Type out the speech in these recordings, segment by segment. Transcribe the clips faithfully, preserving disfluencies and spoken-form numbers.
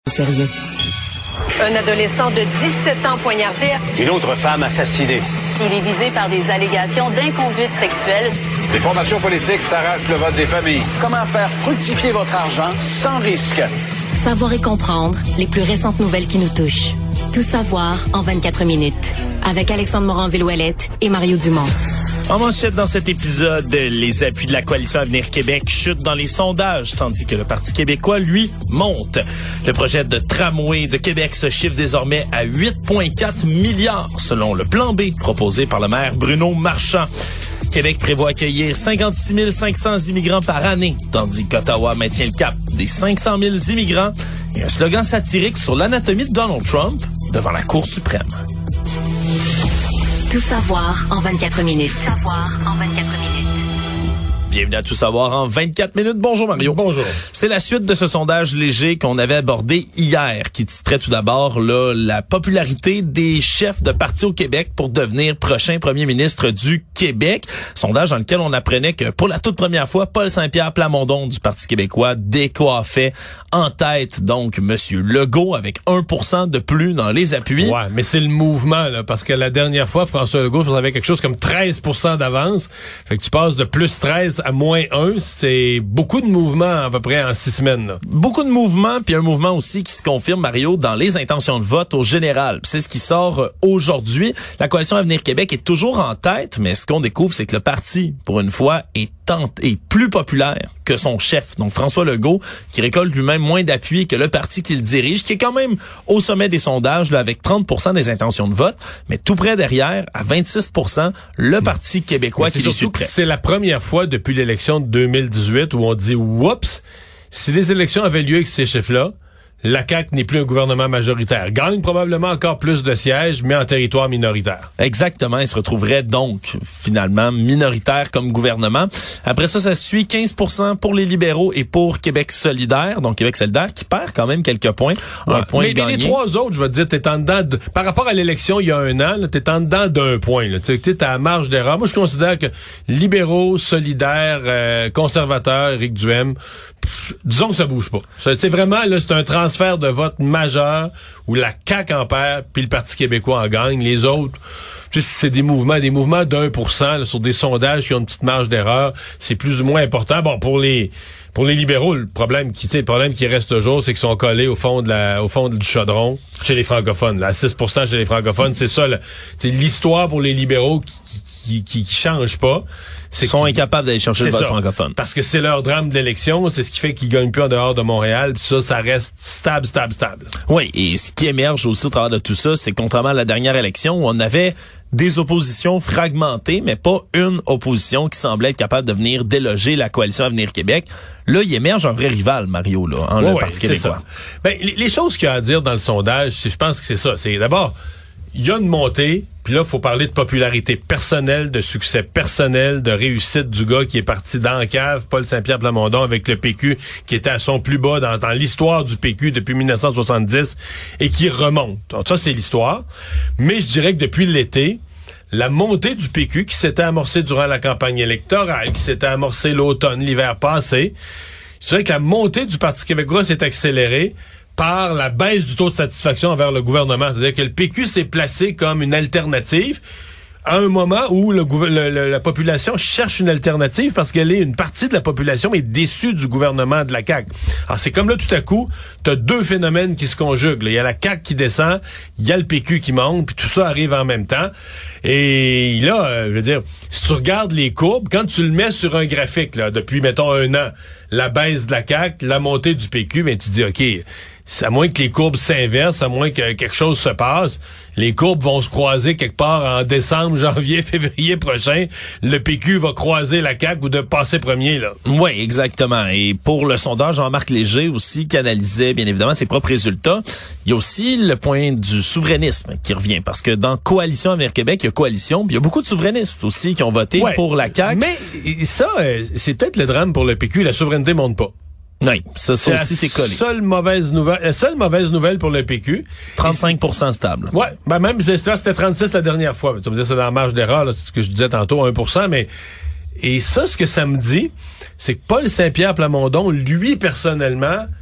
Sérieux. Un adolescent de dix-sept ans poignardé. Une autre femme assassinée. Il est visé par des allégations d'inconduite sexuelle. Les formations politiques s'arrachent le vote des familles. Comment faire fructifier votre argent sans risque? Savoir et comprendre les plus récentes nouvelles qui nous touchent. Tout savoir en vingt-quatre minutes. Avec Alexandre Morin-Villouellette et Mario Dumont. En manchette dans cet épisode, les appuis de la coalition Avenir Québec chutent dans les sondages, tandis que le Parti québécois, lui, monte. Le projet de tramway de Québec se chiffre désormais à huit virgule quatre milliards, selon le plan B proposé par le maire Bruno Marchand. Québec prévoit accueillir cinquante-six mille cinq cents immigrants par année, tandis qu'Ottawa maintient le cap des cinq cent mille immigrants et un slogan satirique sur l'anatomie de Donald Trump devant la Cour suprême. Tout savoir en vingt-quatre minutes. Tout savoir en vingt-quatre minutes. Bienvenue à Tout savoir en vingt-quatre minutes. Bonjour Mario. Bonjour. C'est la suite de ce sondage léger qu'on avait abordé hier, qui titrait tout d'abord là, la popularité des chefs de parti au Québec pour devenir prochain premier ministre du Québec. Sondage dans lequel on apprenait que pour la toute première fois, Paul Saint-Pierre Plamondon du Parti québécois décoiffait en tête donc Monsieur Legault avec un pour cent de plus dans les appuis. Ouais, mais c'est le mouvement là, parce que la dernière fois, François Legault avait quelque chose comme treize pour cent d'avance. Fait que tu passes de plus treize à moins un, c'est beaucoup de mouvements à peu près en six semaines. Là. Beaucoup de mouvements, puis un mouvement aussi qui se confirme, Mario, dans les intentions de vote au général. Puis c'est ce qui sort aujourd'hui. La coalition Avenir Québec est toujours en tête, mais ce qu'on découvre, c'est que le parti, pour une fois, est tant est plus populaire que son chef, donc François Legault, qui récolte lui-même moins d'appui que le parti qu'il dirige, qui est quand même au sommet des sondages là, avec trente pour cent des intentions de vote, mais tout près derrière, à vingt-six pour cent, le Parti québécois qui les suit près. C'est la première fois depuis l'élection de deux mille dix-huit où on dit « Oups, si des élections avaient lieu avec ces chiffres-là, la C A Q n'est plus un gouvernement majoritaire. Gagne probablement encore plus de sièges, mais en territoire minoritaire. » Exactement. Il se retrouverait donc finalement minoritaire comme gouvernement. Après ça, ça suit quinze pour cent pour les libéraux et pour Québec solidaire. Donc Québec solidaire qui perd quand même quelques points. Ouais. Un point mais, gagné. Mais les trois autres, je vais te dire, t'es en dedans de, par rapport à l'élection il y a un an, là, t'es en dedans d'un point. Tu sais, t'es à la marge d'erreur. Moi, je considère que libéraux, solidaires, euh, conservateurs, Éric Duhaime, pff, disons que ça bouge pas. C'est vraiment, là, c'est un transfert de vote majeur où la C A Q en perd puis le Parti québécois en gagne. Les autres, tu sais, c'est des mouvements, des mouvements d'un pour cent là, sur des sondages qui ont une petite marge d'erreur. C'est plus ou moins important. Bon, pour les pour les libéraux, le problème qui, tu sais, le problème qui reste toujours, c'est qu'ils sont collés au fond de la, au fond du chaudron chez les francophones. Là, à six pour cent chez les francophones, c'est ça. C'est l'histoire pour les libéraux qui qui, qui, qui change pas. Ils sont incapables d'aller chercher le vote ça, francophone. Parce que c'est leur drame d'élection, c'est ce qui fait qu'ils gagnent plus en dehors de Montréal, puis ça, ça reste stable, stable, stable. Oui, et ce qui émerge aussi au travers de tout ça, c'est que contrairement à la dernière élection où on avait des oppositions fragmentées, mais pas une opposition qui semblait être capable de venir déloger la coalition Avenir Québec. Là, il émerge un vrai rival, Mario, là, hein, ouais, le Parti québécois. Ben, les, les choses qu'il y a à dire dans le sondage, c'est, je pense que c'est ça. C'est d'abord, il y a une montée, puis là, il faut parler de popularité personnelle, de succès personnel, de réussite du gars qui est parti dans la cave, Paul Saint-Pierre Plamondon, avec le P Q, qui était à son plus bas dans, dans l'histoire du P Q depuis dix-neuf cent soixante-dix, et qui remonte. Donc ça, c'est l'histoire. Mais je dirais que depuis l'été, la montée du P Q, qui s'était amorcée durant la campagne électorale, qui s'était amorcée l'automne, l'hiver passé, je dirais que la montée du Parti québécois s'est accélérée par la baisse du taux de satisfaction envers le gouvernement. C'est-à-dire que le P Q s'est placé comme une alternative à un moment où le, le, le, la population cherche une alternative parce qu'elle est une partie de la population est déçue du gouvernement de la C A Q. Alors c'est comme là tout à coup, t'as deux phénomènes qui se conjuguent. Il y a la C A Q qui descend, il y a le P Q qui monte, puis tout ça arrive en même temps. Et là, euh, je veux dire, si tu regardes les courbes, quand tu le mets sur un graphique là, depuis mettons un an, la baisse de la C A Q, la montée du P Q, ben tu dis ok. À moins que les courbes s'inversent, à moins que quelque chose se passe, les courbes vont se croiser quelque part en décembre, janvier, février prochain. Le P Q va croiser la C A Q ou de passer premier, là. Oui, exactement. Et pour le sondage, Jean-Marc Léger aussi, qui analysait bien évidemment ses propres résultats, il y a aussi le point du souverainisme qui revient. Parce que dans Coalition Avenir Québec, il y a Coalition, puis il y a beaucoup de souverainistes aussi qui ont voté ouais, pour la C A Q. Mais ça, c'est peut-être le drame pour le P Q, la souveraineté monte pas. Oui, ça, ça aussi, c'est collé. Seule mauvaise nouvelle, la seule mauvaise nouvelle pour le P Q. trente-cinq pour cent stable. Ouais, ben même, c'était trente-six la dernière fois. Tu vas me dire, c'est dans la marge d'erreur, là, c'est ce que je disais tantôt, un pour cent, mais, et ça, ce que ça me dit, c'est que Paul Saint-Pierre Plamondon, lui, personnellement,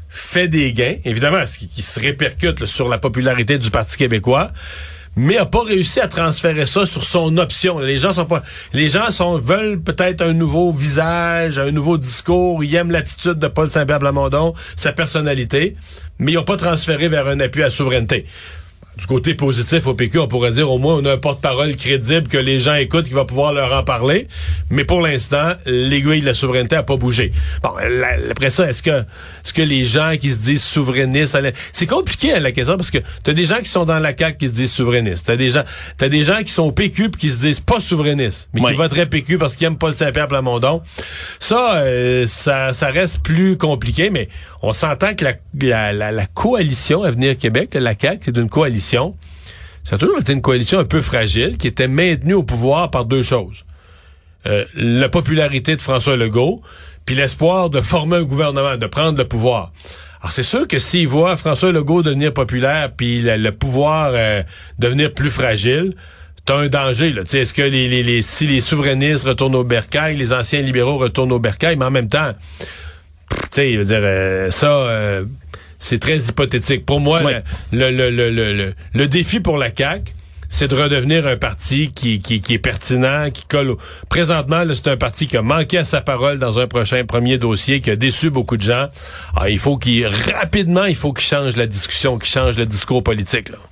fait des gains, évidemment, ce qui, qui se répercute là, sur la popularité du Parti québécois, mais a pas réussi à transférer ça sur son option. Les gens sont pas, les gens sont veulent peut-être un nouveau visage, un nouveau discours. Ils aiment l'attitude de Paul Saint-Pierre Plamondon, sa personnalité, mais ils n'ont pas transféré vers un appui à la souveraineté. Du côté positif au P Q, on pourrait dire au moins on a un porte-parole crédible que les gens écoutent, qui va pouvoir leur en parler. Mais pour l'instant, l'aiguille de la souveraineté a pas bougé. Bon, la, après ça, est-ce que est-ce que les gens qui se disent souverainistes, c'est compliqué hein, la question parce que t'as des gens qui sont dans la C A Q qui se disent souverainistes. T'as des gens, t'as des gens qui sont au P Q pis qui se disent pas souverainistes, mais oui. qui voteraient P Q parce qu'ils aiment Paul Saint-Pierre Plamondon. Ça, euh, ça, ça reste plus compliqué, mais on s'entend que la, la, la, la coalition Avenir Québec, la C A Q, c'est une coalition. Ça a toujours été une coalition un peu fragile qui était maintenue au pouvoir par deux choses. Euh, la popularité de François Legault, puis l'espoir de former un gouvernement, de prendre le pouvoir. Alors c'est sûr que s'il voit François Legault devenir populaire, puis le, le pouvoir euh, devenir plus fragile, t'as un danger, là. Tu sais, est-ce que les, les, les, si les souverainistes retournent au bercail, les anciens libéraux retournent au bercail, mais en même temps, tu sais, je veux dire, euh, ça... Euh, c'est très hypothétique. Pour moi, ouais. le, le, le, le, le, le défi pour la C A Q, c'est de redevenir un parti qui, qui, qui est pertinent, qui colle au... Présentement, là, c'est un parti qui a manqué à sa parole dans un prochain premier dossier, qui a déçu beaucoup de gens. Alors, il faut qu'il, rapidement, il faut qu'il change la discussion, qu'il change le discours politique, là.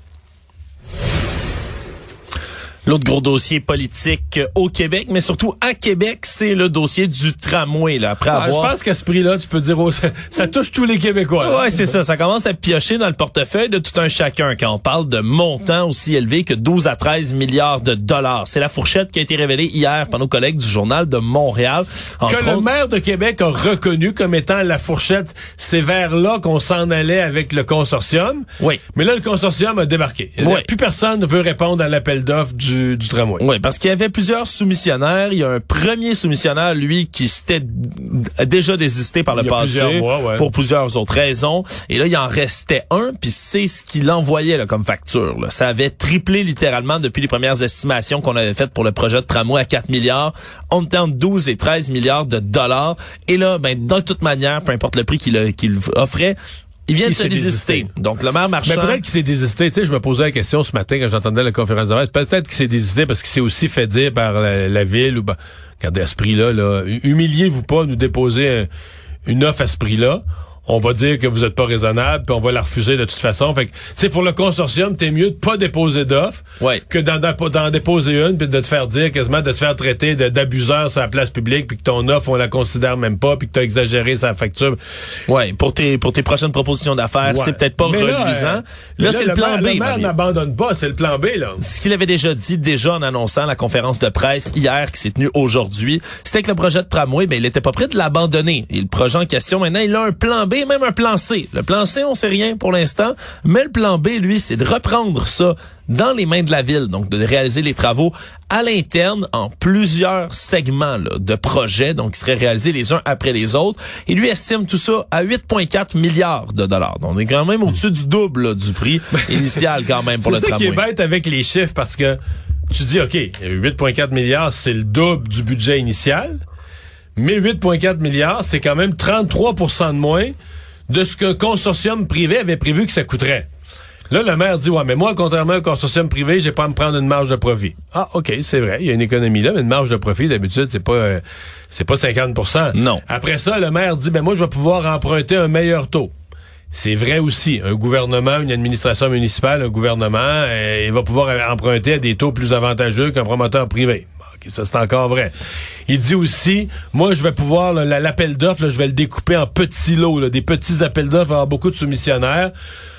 L'autre gros dossier politique au Québec, mais surtout à Québec, c'est le dossier du tramway. Là, après ah, avoir... Je pense qu'à ce prix-là, tu peux dire, oh, ça, ça touche tous les Québécois. Oui, c'est ça. Ça commence à piocher dans le portefeuille de tout un chacun quand on parle de montants aussi élevés que douze à treize milliards de dollars. C'est la fourchette qui a été révélée hier par nos collègues du Journal de Montréal. Que le autres... maire de Québec a reconnu comme étant la fourchette, c'est vers là qu'on s'en allait avec le consortium. Oui. Mais là, le consortium a débarqué. Oui. Plus personne ne veut répondre à l'appel d'offres du Du, du tramway. Oui, parce qu'il y avait plusieurs soumissionnaires. Il y a un premier soumissionnaire, lui, qui s'était déjà désisté par le passé plusieurs mois, ouais. pour plusieurs autres raisons. Et là, il en restait un, puis c'est ce qu'il envoyait là, comme facture. Là. Ça avait triplé littéralement depuis les premières estimations qu'on avait faites pour le projet de tramway à quatre milliards. On était entre douze et treize milliards de dollars. Et là, ben, de toute manière, peu importe le prix qu'il, qu'il offrait, il vient de se désister. Donc, le maire Marchand... Mais peut-être qu'il s'est désisté. Tu sais, je me posais la question ce matin quand j'entendais la conférence de presse. Peut-être qu'il s'est désisté parce qu'il s'est aussi fait dire par la, la ville ou... Ben, regardez, à ce prix-là, là, humiliez-vous pas, nous déposer un, une offre à ce prix-là. On va dire que vous êtes pas raisonnable, puis on va la refuser de toute façon. Fait que, tu sais, pour le consortium, t'es mieux de pas déposer d'offre ouais. que d'en, d'en déposer une, puis de te faire dire quasiment de te faire traiter de, d'abuseur sur la place publique, puis que ton offre, on la considère même pas, puis que t'as exagéré sa facture. Ouais, pour tes pour tes prochaines propositions d'affaires, ouais. c'est peut-être pas mais reluisant. Là, là, là c'est le, le plan maire, B. Le maire n'abandonne pas, c'est le plan B, là. Ce qu'il avait déjà dit, déjà en annonçant la conférence de presse hier, qui s'est tenue aujourd'hui, c'était que le projet de tramway, ben, il était pas prêt de l'abandonner. Et le projet en question, maintenant, il a un plan B, même un plan C. Le plan C, on sait rien pour l'instant, mais le plan B, lui, c'est de reprendre ça dans les mains de la ville, donc de réaliser les travaux à l'interne en plusieurs segments là, de projets, donc qui seraient réalisés les uns après les autres. Et lui estime tout ça à huit virgule quatre milliards de dollars. Donc on est quand même au-dessus du double là, du prix initial quand même pour le tramway. C'est ça qui est bête avec les chiffres parce que tu dis, OK, huit virgule quatre milliards, c'est le double du budget initial, mais huit virgule quatre milliards, c'est quand même trente-trois pour cent de moins de ce qu'un consortium privé avait prévu que ça coûterait. Là, le maire dit, ouais, mais moi, contrairement à un consortium privé, j'ai pas à me prendre une marge de profit. Ah, OK, c'est vrai, il y a une économie là, mais une marge de profit, d'habitude, c'est pas euh, c'est pas cinquante pour cent. Non. Après ça, le maire dit, ben moi, je vais pouvoir emprunter un meilleur taux. C'est vrai aussi. Un gouvernement, une administration municipale, un gouvernement, euh, il va pouvoir emprunter à des taux plus avantageux qu'un promoteur privé. Okay, ça, c'est encore vrai. Il dit aussi, moi, je vais pouvoir, là, l'appel d'offres, là, je vais le découper en petits lots, là, des petits appels d'offres, avoir beaucoup de soumissionnaires.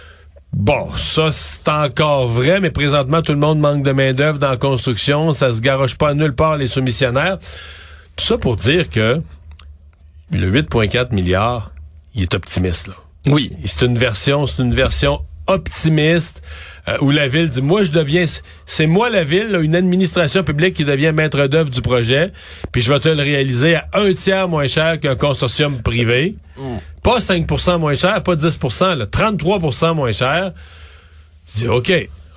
Bon, ça, c'est encore vrai, mais présentement, tout le monde manque de main-d'œuvre dans la construction. Ça se garoche pas nulle part, les soumissionnaires. Tout ça pour dire que le huit virgule quatre milliards, il est optimiste, là. Oui. C'est une version, c'est une version optimiste, euh, où la ville dit, moi je deviens, c'est moi la ville, là, une administration publique qui devient maître d'œuvre du projet, puis je vais te le réaliser à un tiers moins cher qu'un consortium privé. Mm. Pas cinq pour cent moins cher, pas dix pour cent, là, trente-trois pour cent moins cher. Je dis, OK,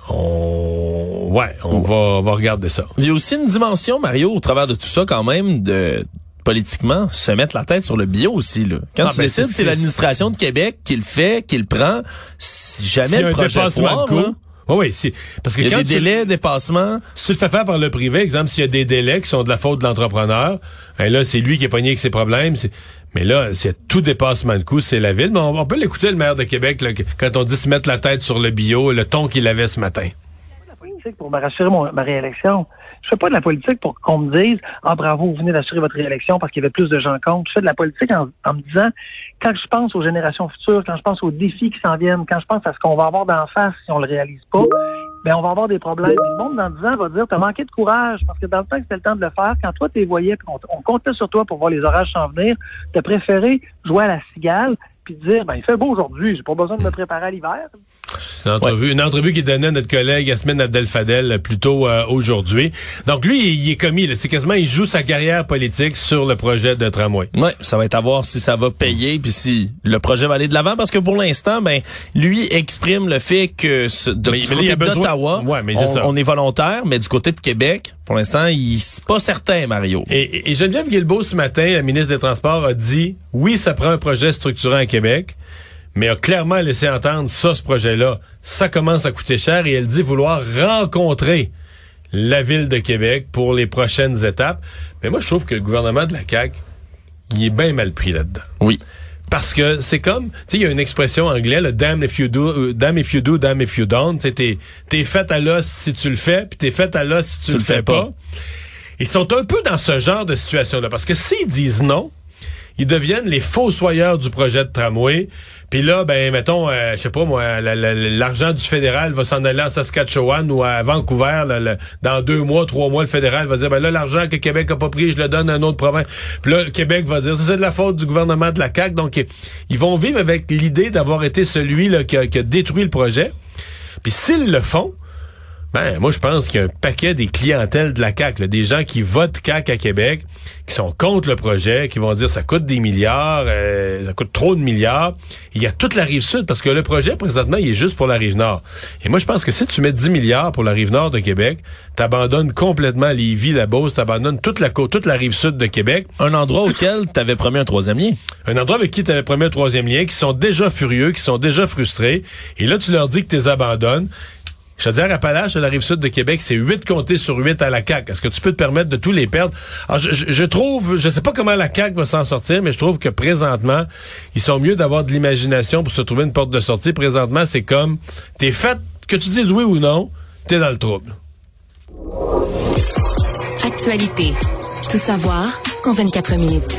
on, ouais, on, mm. va, on va regarder ça. Il y a aussi une dimension, Mario, au travers de tout ça quand même, de politiquement, se mettre la tête sur le bio aussi, là. Quand ah, tu ben décides, c'est, c'est l'administration de Québec qui le fait, qui le prend. Si jamais si le projet foire, de coût, oui, oui, si, parce que il y a quand des tu, délais, dépassements. Si tu le fais faire par le privé, exemple, s'il y a des délais qui sont de la faute de l'entrepreneur, ben là, c'est lui qui est pogné avec ses problèmes. C'est, mais là, c'est tout dépassement de coût, c'est la ville. Mais on, on peut l'écouter, le maire de Québec, là, quand on dit se mettre la tête sur le bio, le ton qu'il avait ce matin. Pour me rassurer mon, ma réélection. Je fais pas de la politique pour qu'on me dise « Ah, bravo, vous venez d'assurer votre réélection parce qu'il y avait plus de gens contre. » Je fais de la politique en, en me disant, quand je pense aux générations futures, quand je pense aux défis qui s'en viennent, quand je pense à ce qu'on va avoir d'en face si on le réalise pas, ben on va avoir des problèmes. Puis le monde, dans dix ans, va dire « T'as manqué de courage. » Parce que dans le temps que c'était le temps de le faire, quand toi, t'es voyais, puis on, on comptait sur toi pour voir les orages s'en venir, t'as préféré jouer à la cigale puis dire « Ben, il fait beau aujourd'hui, j'ai pas besoin de me préparer à l'hiver. » Une entrevue, ouais. une entrevue qui donnait à notre collègue Yasmine Abdel-Fadel plus tôt euh, aujourd'hui. Donc lui, il, il est commis. Là. C'est quasiment, il joue sa carrière politique sur le projet de tramway. Oui, ça va être à voir si ça va payer puis si le projet va aller de l'avant. Parce que pour l'instant, ben lui exprime le fait que ce, de, mais, du mais côté besoin... d'Ottawa, ouais, mais on, on est volontaire, mais du côté de Québec, pour l'instant, il c'est pas certain, Mario. Et, et Geneviève Guilbeault, ce matin, la ministre des Transports, a dit, oui, ça prend un projet structurant à Québec, mais a clairement laissé entendre ça, ce projet-là, ça commence à coûter cher et elle dit vouloir rencontrer la Ville de Québec pour les prochaines étapes. Mais moi, je trouve que le gouvernement de la C A Q, il est bien mal pris là-dedans. Oui. Parce que c'est comme, tu sais, il y a une expression anglaise, le damn if you do, uh, damn if you do, damn if you don't. Tu sais, t'es, t'es fait à l'os si tu le fais, puis t'es fait à l'os si tu, tu le fais, fais pas. pas. Ils sont un peu dans ce genre de situation-là. Parce que s'ils disent non, ils deviennent les fossoyeurs du projet de tramway. Puis là, ben, mettons, euh, je sais pas moi, la, la, l'argent du fédéral va s'en aller en Saskatchewan ou à Vancouver. Là, là, dans deux mois, trois mois, le fédéral va dire, ben là, l'argent que Québec a pas pris, je le donne à une autre province. Puis là, Québec va dire, ça c'est de la faute du gouvernement de la C A Q. Donc, ils vont vivre avec l'idée d'avoir été celui là, qui, a, qui a détruit le projet. Puis s'ils le font, ben, moi, je pense qu'il y a un paquet des clientèles de la C A Q, là, des gens qui votent C A Q à Québec, qui sont contre le projet, qui vont dire ça coûte des milliards, euh, ça coûte trop de milliards. Il y a toute la Rive-Sud, parce que le projet, présentement, il est juste pour la Rive-Nord. Et moi, je pense que si tu mets dix milliards pour la Rive-Nord de Québec, t'abandonnes complètement Lévis, la Beauce, t'abandonnes toute la côte, toute la Rive-Sud de Québec. Un endroit auquel t'avais promis un troisième lien. Un endroit avec qui t'avais promis un troisième lien, qui sont déjà furieux, qui sont déjà frustrés. Et là, tu leur dis que t'es abandonnes. Je veux dire, Appalaches, la Rive-Sud de Québec, c'est huit comtés sur huit à la C A Q. Est-ce que tu peux te permettre de tous les perdre? Alors, je, je, je trouve, je sais pas comment la C A Q va s'en sortir, mais je trouve que présentement, ils sont mieux d'avoir de l'imagination pour se trouver une porte de sortie. Présentement, c'est comme, t'es fait, que tu dises oui ou non, t'es dans le trouble. Actualité. Tout savoir en vingt-quatre minutes.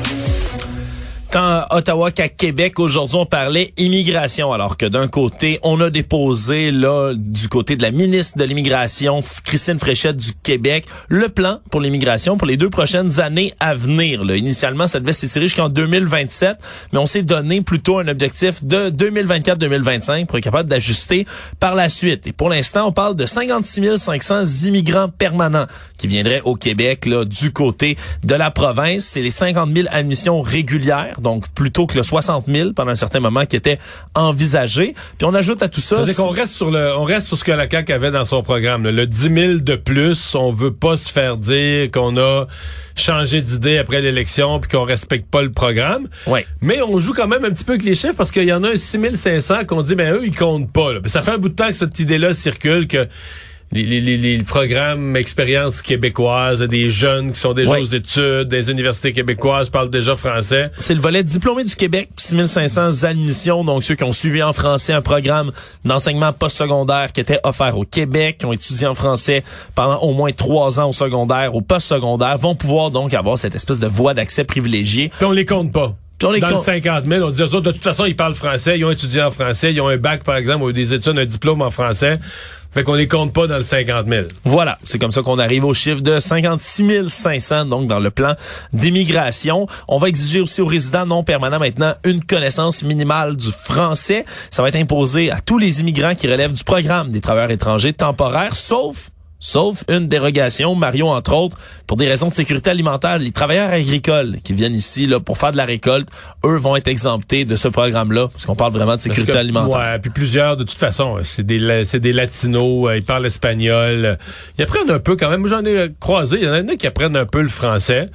Tant à Ottawa qu'à Québec, aujourd'hui, on parlait immigration. Alors que d'un côté, on a déposé, là, du côté de la ministre de l'Immigration, Christine Fréchette du Québec, le plan pour l'immigration pour les deux prochaines années à venir. Là. Initialement, ça devait s'étirer jusqu'en deux mille vingt-sept, mais on s'est donné plutôt un objectif de deux mille vingt-quatre deux mille vingt-cinq pour être capable d'ajuster par la suite. Et pour l'instant, on parle de cinquante-six mille cinq cents immigrants permanents qui viendraient au Québec, là, du côté de la province. C'est les cinquante mille admissions régulières, donc plutôt que le soixante mille pendant un certain moment qui était envisagé. Puis on ajoute à tout ça... C'est-à-dire qu'on reste sur le, on reste sur ce que la C A Q avait dans son programme. Là. Le dix mille de plus, on veut pas se faire dire qu'on a changé d'idée après l'élection puis qu'on respecte pas le programme. Ouais. Mais on joue quand même un petit peu avec les chiffres parce qu'il y en a un six mille cinq cents qu'on dit, ben eux, ils comptent pas. Là. Puis ça fait un bout de temps que cette idée-là circule que Les, les, les, les programmes expériences québécoises, des jeunes qui sont déjà oui. aux études, des universités québécoises, parlent déjà français. C'est le volet diplômé du Québec, six mille cinq cents admissions, donc ceux qui ont suivi en français un programme d'enseignement postsecondaire qui était offert au Québec, qui ont étudié en français pendant au moins trois ans au secondaire, au postsecondaire, vont pouvoir donc avoir cette espèce de voie d'accès privilégiée. Puis on les compte pas. Dans compte... le cinquante mille, on dit aux autres, de toute façon, ils parlent français, ils ont étudié en français, ils ont un bac, par exemple, ou des études, un diplôme en français. Fait qu'on les compte pas dans le cinquante mille. Voilà. C'est comme ça qu'on arrive au chiffre de cinquante-six mille cinq cents, donc dans le plan d'immigration. On va exiger aussi aux résidents non permanents maintenant une connaissance minimale du français. Ça va être imposé à tous les immigrants qui relèvent du programme des travailleurs étrangers temporaires, sauf... Sauf une dérogation, Mario, entre autres, pour des raisons de sécurité alimentaire. Les travailleurs agricoles qui viennent ici là pour faire de la récolte, eux vont être exemptés de ce programme-là, parce qu'on parle vraiment de sécurité que, alimentaire. Ouais, puis plusieurs, de toute façon, c'est des c'est des latinos, ils parlent espagnol. Ils apprennent un peu quand même. Moi, j'en ai croisé, il y en a qui apprennent un peu le français.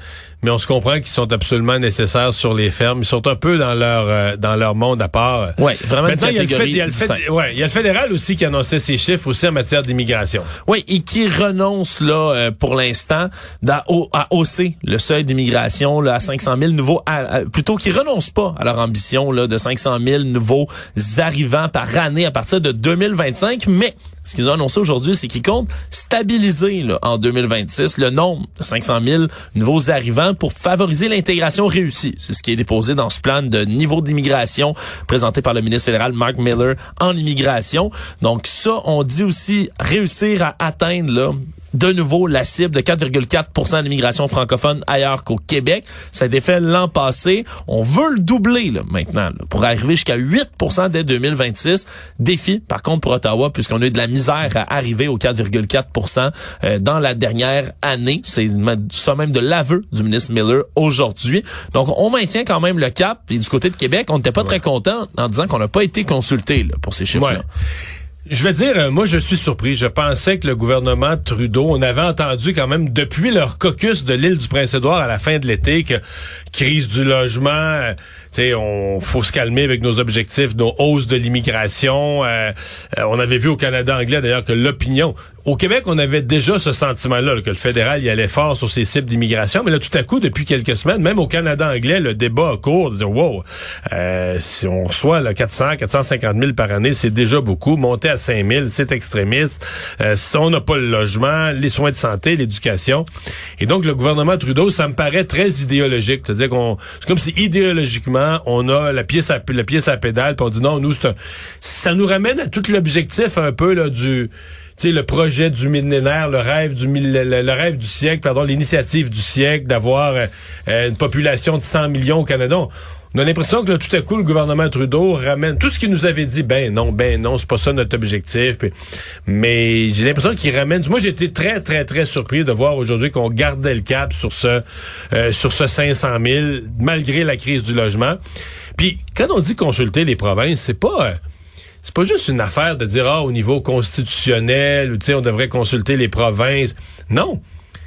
mais on se comprend qu'ils sont absolument nécessaires sur les fermes. Ils sont un peu dans leur euh, dans leur monde à part. Oui, vraiment Maintenant, une catégorie il y a le fait, il y a le fait, ouais, il y a le fédéral aussi qui annonçait ses chiffres aussi en matière d'immigration. Oui, et qui renonce là euh, pour l'instant à, à hausser le seuil d'immigration là, à cinq cent mille nouveaux, à, à, plutôt qu'ils renoncent pas à leur ambition là de cinq cent mille nouveaux arrivants par année à partir de deux mille vingt-cinq, mais ce qu'ils ont annoncé aujourd'hui, c'est qu'ils comptent stabiliser là, en deux mille vingt-six le nombre de cinq cent mille nouveaux arrivants pour favoriser l'intégration réussie. C'est ce qui est déposé dans ce plan de niveau d'immigration présenté par le ministre fédéral Mark Miller en immigration. Donc ça, on dit aussi réussir à atteindre là de nouveau la cible de quatre virgule quatre pour cent d'immigration francophone ailleurs qu'au Québec. Ça a été fait l'an passé. On veut le doubler là, maintenant là, pour arriver jusqu'à huit pour cent dès deux mille vingt-six. Défi, par contre, pour Ottawa, puisqu'on a eu de la misère à arriver au quatre virgule quatre pour cent euh, dans la dernière année. C'est ça même de l'aveu du ministre Miller aujourd'hui. Donc, on maintient quand même le cap. Et du côté de Québec, on n'était pas ouais. très content en disant qu'on n'a pas été consulté là, pour ces chiffres-là. Ouais. Je vais dire, moi, je suis surpris. Je pensais que le gouvernement Trudeau, on avait entendu quand même depuis leur caucus de l'île du Prince-Édouard à la fin de l'été que crise du logement, tu sais, on faut se calmer avec nos objectifs, nos hausses de l'immigration. Euh, euh, on avait vu au Canada anglais d'ailleurs que l'opinion... Au Québec, on avait déjà ce sentiment-là, là, que le fédéral y allait fort sur ses cibles d'immigration, mais là, tout à coup, depuis quelques semaines, même au Canada anglais, le débat a cours de dire, wow, euh, si on reçoit là, quatre cents, quatre cent cinquante mille par année, c'est déjà beaucoup. Monter à cinq mille, c'est extrémiste. Euh, si on n'a pas le logement, les soins de santé, l'éducation. Et donc, le gouvernement Trudeau, ça me paraît très idéologique. C'est-à-dire qu'on, c'est comme si idéologiquement, on a la pièce à, la pièce à pédale, puis on dit non, nous, c'est un, ça nous ramène à tout l'objectif un peu là du... Tu sais, le projet du millénaire, le rêve du le, le rêve du siècle, pardon, l'initiative du siècle d'avoir euh, une population de cent millions au Canada. On a l'impression que là, tout à coup, le gouvernement Trudeau ramène tout ce qu'il nous avait dit. Ben non, ben non, c'est pas ça notre objectif. Puis, mais j'ai l'impression qu'il ramène... Moi, j'ai été très, très, très surpris de voir aujourd'hui qu'on gardait le cap sur ce euh, sur ce cinq cent mille, malgré la crise du logement. Puis, quand on dit consulter les provinces, c'est pas... Euh, C'est pas juste une affaire de dire, ah, au niveau constitutionnel, ou tu sais, on devrait consulter les provinces. Non.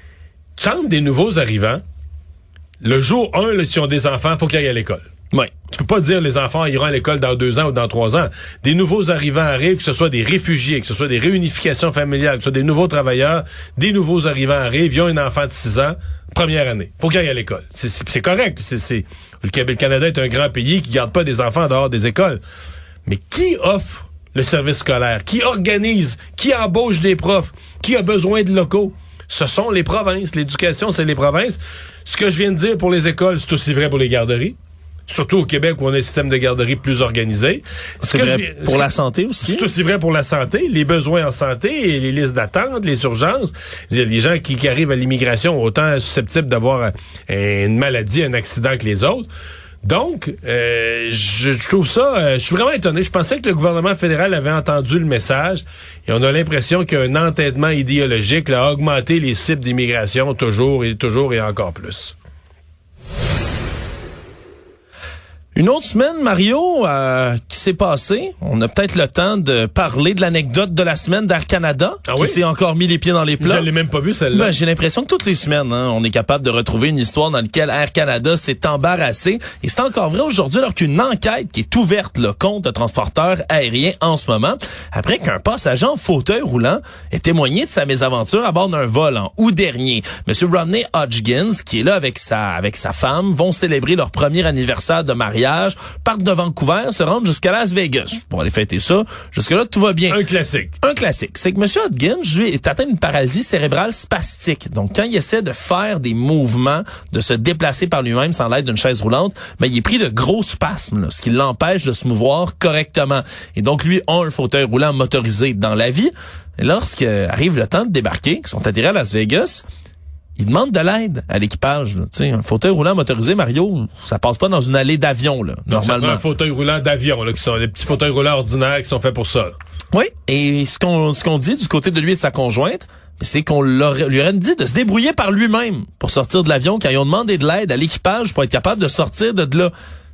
Quand des nouveaux arrivants, le jour un, là, si on a des enfants, faut qu'ils aillent à l'école. Oui. Tu peux pas dire les enfants iront à l'école dans deux ans ou dans trois ans. Des nouveaux arrivants arrivent, que ce soit des réfugiés, que ce soit des réunifications familiales, que ce soit des nouveaux travailleurs, des nouveaux arrivants arrivent, ils ont un enfant de six ans, première année. Faut qu'ils aillent à l'école. C'est, c'est, c'est correct. C'est, c'est, le Québec, le Canada est un grand pays qui garde pas des enfants en dehors des écoles. Mais qui offre le service scolaire? Qui organise? Qui embauche des profs? Qui a besoin de locaux? Ce sont les provinces. L'éducation, c'est les provinces. Ce que je viens de dire pour les écoles, c'est aussi vrai pour les garderies. Surtout au Québec où on a un système de garderie plus organisé. C'est vrai viens, pour la santé aussi. C'est aussi vrai pour la santé. Les besoins en santé, et les listes d'attente, les urgences. Les gens qui, qui arrivent à l'immigration autant susceptibles d'avoir une maladie, un accident que les autres. Donc, euh, je, je trouve ça, euh, je suis vraiment étonné. Je pensais que le gouvernement fédéral avait entendu le message et on a l'impression qu'il y a un entêtement idéologique là, à augmenter les cibles d'immigration toujours et toujours et encore plus. Une autre semaine, Mario, euh, qui s'est passée. On a peut-être le temps de parler de l'anecdote de la semaine d'Air Canada, ah qui oui? s'est encore mis les pieds dans les plats. Je l'ai même pas vu, celle-là. Ben, j'ai l'impression que toutes les semaines, hein, on est capable de retrouver une histoire dans laquelle Air Canada s'est embarrassé. Et c'est encore vrai aujourd'hui, alors qu'une enquête qui est ouverte là, contre le transporteur aérien en ce moment, après qu'un passager en fauteuil roulant ait témoigné de sa mésaventure à bord d'un vol en août dernier. Monsieur Rodney Hodgkins, qui est là avec sa, avec sa femme, vont célébrer leur premier anniversaire de mariage, partent de Vancouver, se rendent jusqu'à Las Vegas pour aller fêter ça. Jusque-là, tout va bien. Un classique. Un classique. C'est que M. Hodgkins, lui, est atteint d'une paralysie cérébrale spastique. Donc, quand il essaie de faire des mouvements, de se déplacer par lui-même sans l'aide d'une chaise roulante, ben, il est pris de gros spasmes, là, ce qui l'empêche de se mouvoir correctement. Et donc, lui, a un fauteuil roulant motorisé dans la vie. Et lorsqu'arrive le temps de débarquer, qu'ils sont atterrés à Las Vegas, il demande de l'aide à l'équipage. Tu sais, un fauteuil roulant motorisé, Mario, ça passe pas dans une allée d'avion, là, donc normalement. Ça prend un fauteuil roulant d'avion, là, qui sont les petits fauteuils roulants ordinaires qui sont faits pour ça. Là. Oui, et ce qu'on ce qu'on dit du côté de lui et de sa conjointe, c'est qu'on leur, lui aurait dit de se débrouiller par lui-même pour sortir de l'avion quand ils ont demandé de l'aide à l'équipage pour être capable de sortir de là.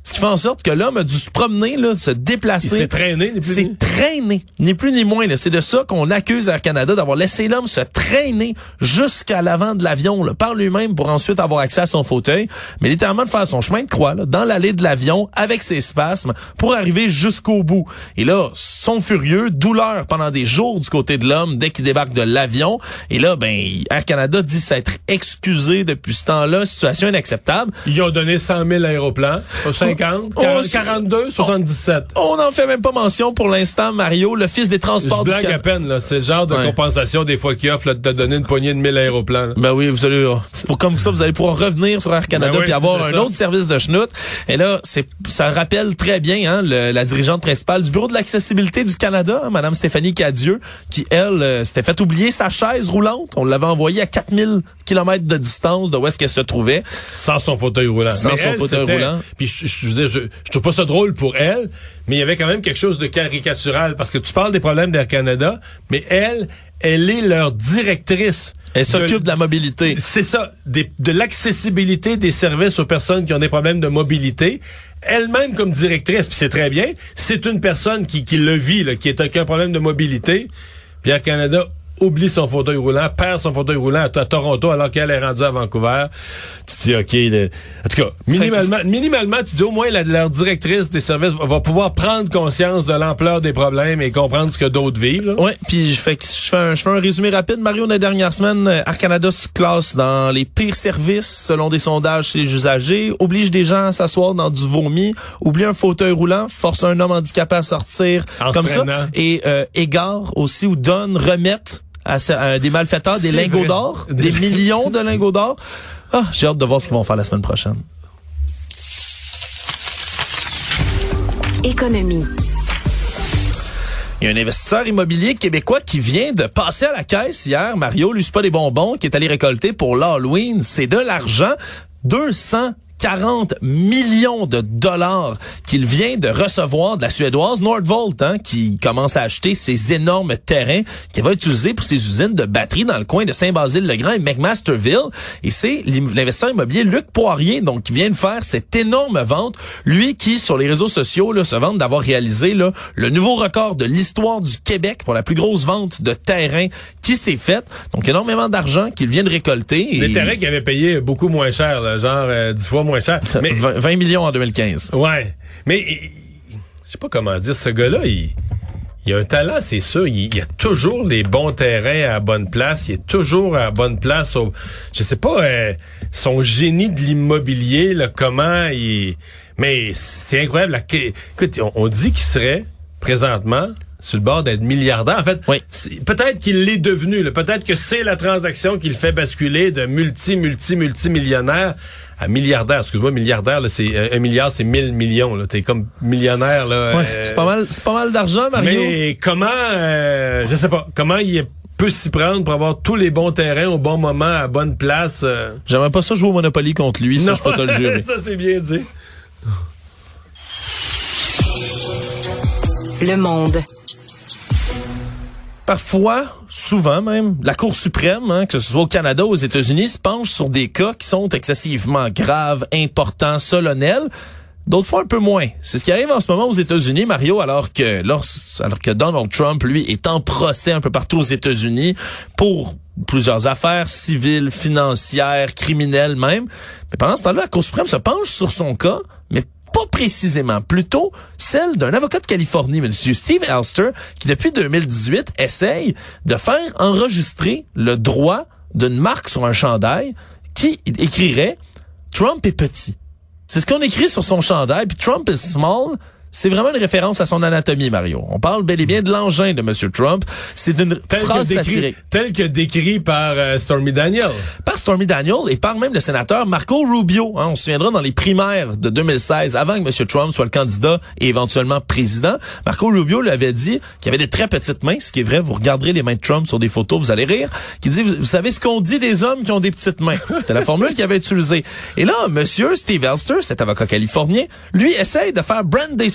Ce qui fait en sorte que l'homme a dû se promener, là, se déplacer. Il s'est traîné, ni plus C'est ni... traîné, ni plus ni moins. Là. C'est de ça qu'on accuse Air Canada, d'avoir laissé l'homme se traîner jusqu'à l'avant de l'avion, là, par lui-même, pour ensuite avoir accès à son fauteuil. Mais littéralement de faire son chemin de croix, là, dans l'allée de l'avion, avec ses spasmes, pour arriver jusqu'au bout. Et là, sont furieux, douleur pendant des jours du côté de l'homme dès qu'il débarque de l'avion. Et là, ben, Air Canada dit s'être excusé depuis ce temps-là, situation inacceptable. Ils ont donné cent mille aéroplans, cinquante, quarante, quarante-deux, soixante-dix-sept. On n'en fait même pas mention pour l'instant, Mario, l'Office des transports Je du blague Canada. à peine, là. C'est le genre de ouais. compensation des fois qu'ils offrent, là, de te donner une poignée de mille aéroplans. Là. Ben oui, vous allez, pour comme ça, vous allez pouvoir revenir sur Air Canada ben oui, puis avoir un ça. autre service de schnout. Et là, c'est, ça rappelle très bien, hein, le, la dirigeante principale du Bureau de l'accessibilité du Canada, hein, Madame Stéphanie Cadieux, qui, elle, euh, s'était fait oublier sa chaise roulante. On l'avait envoyée à quatre mille kilomètres de distance de où est-ce qu'elle se trouvait. Sans son fauteuil roulant. Sans mais son elle, fauteuil roulant. Puis je, je, je, je, je trouve pas ça drôle pour elle, mais il y avait quand même quelque chose de caricatural, parce que tu parles des problèmes d'Air Canada, mais elle, elle est leur directrice. Elle s'occupe de, de la mobilité. C'est ça, des, de l'accessibilité des services aux personnes qui ont des problèmes de mobilité. Elle-même comme directrice, puis c'est très bien, c'est une personne qui, qui le vit, là, qui est qui a un problème de mobilité. Puis Air Canada oublie son fauteuil roulant, perd son fauteuil roulant à, à Toronto alors qu'elle est rendue à Vancouver. Tu te dis, OK, le, en tout cas, minimalement, minimalement, tu dis au moins la, leur directrice des services va, va pouvoir prendre conscience de l'ampleur des problèmes et comprendre ce que d'autres vivent. Oui, puis je fais, je, fais un, je fais un résumé rapide. Mario, dans les dernières semaines, Air Canada se classe dans les pires services selon des sondages chez les usagers, oblige des gens à s'asseoir dans du vomi, oublie un fauteuil roulant, force un homme handicapé à sortir en comme ça, et euh, égare aussi ou donne, remette à, à des malfaiteurs des lingots vrai. d'or, des millions de lingots d'or. Ah, j'ai hâte de voir ce qu'ils vont faire la semaine prochaine. Économie. Il y a un investisseur immobilier québécois qui vient de passer à la caisse hier. Mario, lui, c'est pas des bonbons qui est allé récolter pour l'Halloween. C'est de l'argent. deux cent quarante millions de dollars qu'il vient de recevoir de la Suédoise Nordvolt, hein, qui commence à acheter ces énormes terrains qu'il va utiliser pour ses usines de batteries dans le coin de Saint-Basile-le-Grand et McMasterville. Et c'est l'investisseur immobilier Luc Poirier, donc, qui vient de faire cette énorme vente. Lui qui, sur les réseaux sociaux, là, se vante d'avoir réalisé là, le nouveau record de l'histoire du Québec pour la plus grosse vente de terrain qui s'est faite. Donc, énormément d'argent qu'il vient de récolter. Des et... terrains qui avaient payé beaucoup moins cher, là, genre euh, dix fois moins cher. Mais vingt millions en deux mille quinze. Ouais. Mais je sais pas comment dire, ce gars-là, il, il a un talent, c'est sûr. Il, il a toujours les bons terrains à la bonne place. Il est toujours à la bonne place. Au, je sais pas, euh, son génie de l'immobilier, là, comment il... Mais c'est incroyable. Là, écoute, on, on dit qu'il serait présentement sur le bord d'être milliardaire. En fait, oui. Peut-être qu'il l'est devenu. Là. Peut-être que c'est la transaction qui le fait basculer de multi, multi, multimillionnaire à milliardaire. Excuse-moi, milliardaire, là, c'est un milliard, c'est mille millions. Là. T'es comme millionnaire. Là. Ouais, euh, c'est pas mal, c'est pas mal d'argent, Mario. Mais comment, euh, je sais pas, comment il peut s'y prendre pour avoir tous les bons terrains au bon moment, à bonne place. Euh... J'aimerais pas ça jouer au Monopoly contre lui, ça, je peux te le jurer. Ça, c'est bien dit. Le Monde. Parfois, souvent même, la Cour suprême, hein, que ce soit au Canada ou aux États-Unis, se penche sur des cas qui sont excessivement graves, importants, solennels. D'autres fois, un peu moins. C'est ce qui arrive en ce moment aux États-Unis, Mario, alors que, alors, alors que Donald Trump, lui, est en procès un peu partout aux États-Unis pour plusieurs affaires civiles, financières, criminelles même. Mais pendant ce temps-là, la Cour suprême se penche sur son cas, mais pas précisément, plutôt celle d'un avocat de Californie, M. Steve Elster, qui depuis deux mille dix-huit essaye de faire enregistrer le droit d'une marque sur un chandail qui écrirait « Trump est petit ». C'est ce qu'on écrit sur son chandail, puis « Trump is small ». C'est vraiment une référence à son anatomie, Mario. On parle bel et bien de l'engin de M. Trump. C'est une tel phrase que décrit, satirique. Tel que décrit par euh, Stormy Daniels. Par Stormy Daniels et par même le sénateur Marco Rubio. Hein, on se souviendra dans les primaires de deux mille seize, avant que M. Trump soit le candidat et éventuellement président, Marco Rubio lui avait dit qu'il avait des très petites mains, ce qui est vrai. Vous regarderez les mains de Trump sur des photos, vous allez rire. Qui dit, vous, vous savez ce qu'on dit des hommes qui ont des petites mains. C'était la formule qu'il avait utilisée. Et là, M. Steve Elster, cet avocat californien, lui essaye de faire brander ça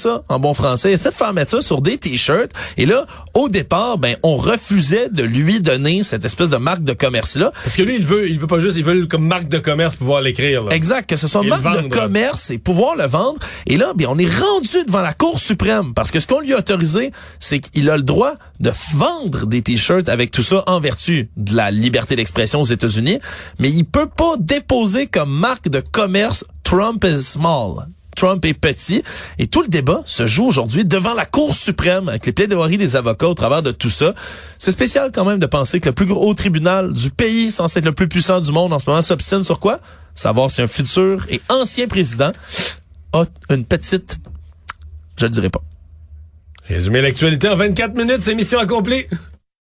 ça en bon français, essaie de faire mettre ça sur des t-shirts. Et là, au départ, ben on refusait de lui donner cette espèce de marque de commerce-là. Parce que lui, il veut, il veut pas juste, il veut comme marque de commerce pouvoir l'écrire. Là. Exact, que ce soit et marque de commerce et pouvoir le vendre. Et là, bien, on est rendu devant la Cour suprême parce que ce qu'on lui a autorisé, c'est qu'il a le droit de vendre des t-shirts avec tout ça en vertu de la liberté d'expression aux États-Unis, mais il peut pas déposer comme marque de commerce Trump is small. Trump est petit. Et tout le débat se joue aujourd'hui devant la Cour suprême avec les plaidoiries des avocats au travers de tout ça. C'est spécial quand même de penser que le plus gros tribunal du pays, censé être le plus puissant du monde en ce moment, s'obstine sur quoi? Savoir si un futur et ancien président a une petite... Je le dirai pas. Résumer l'actualité en vingt-quatre minutes, c'est mission accomplie.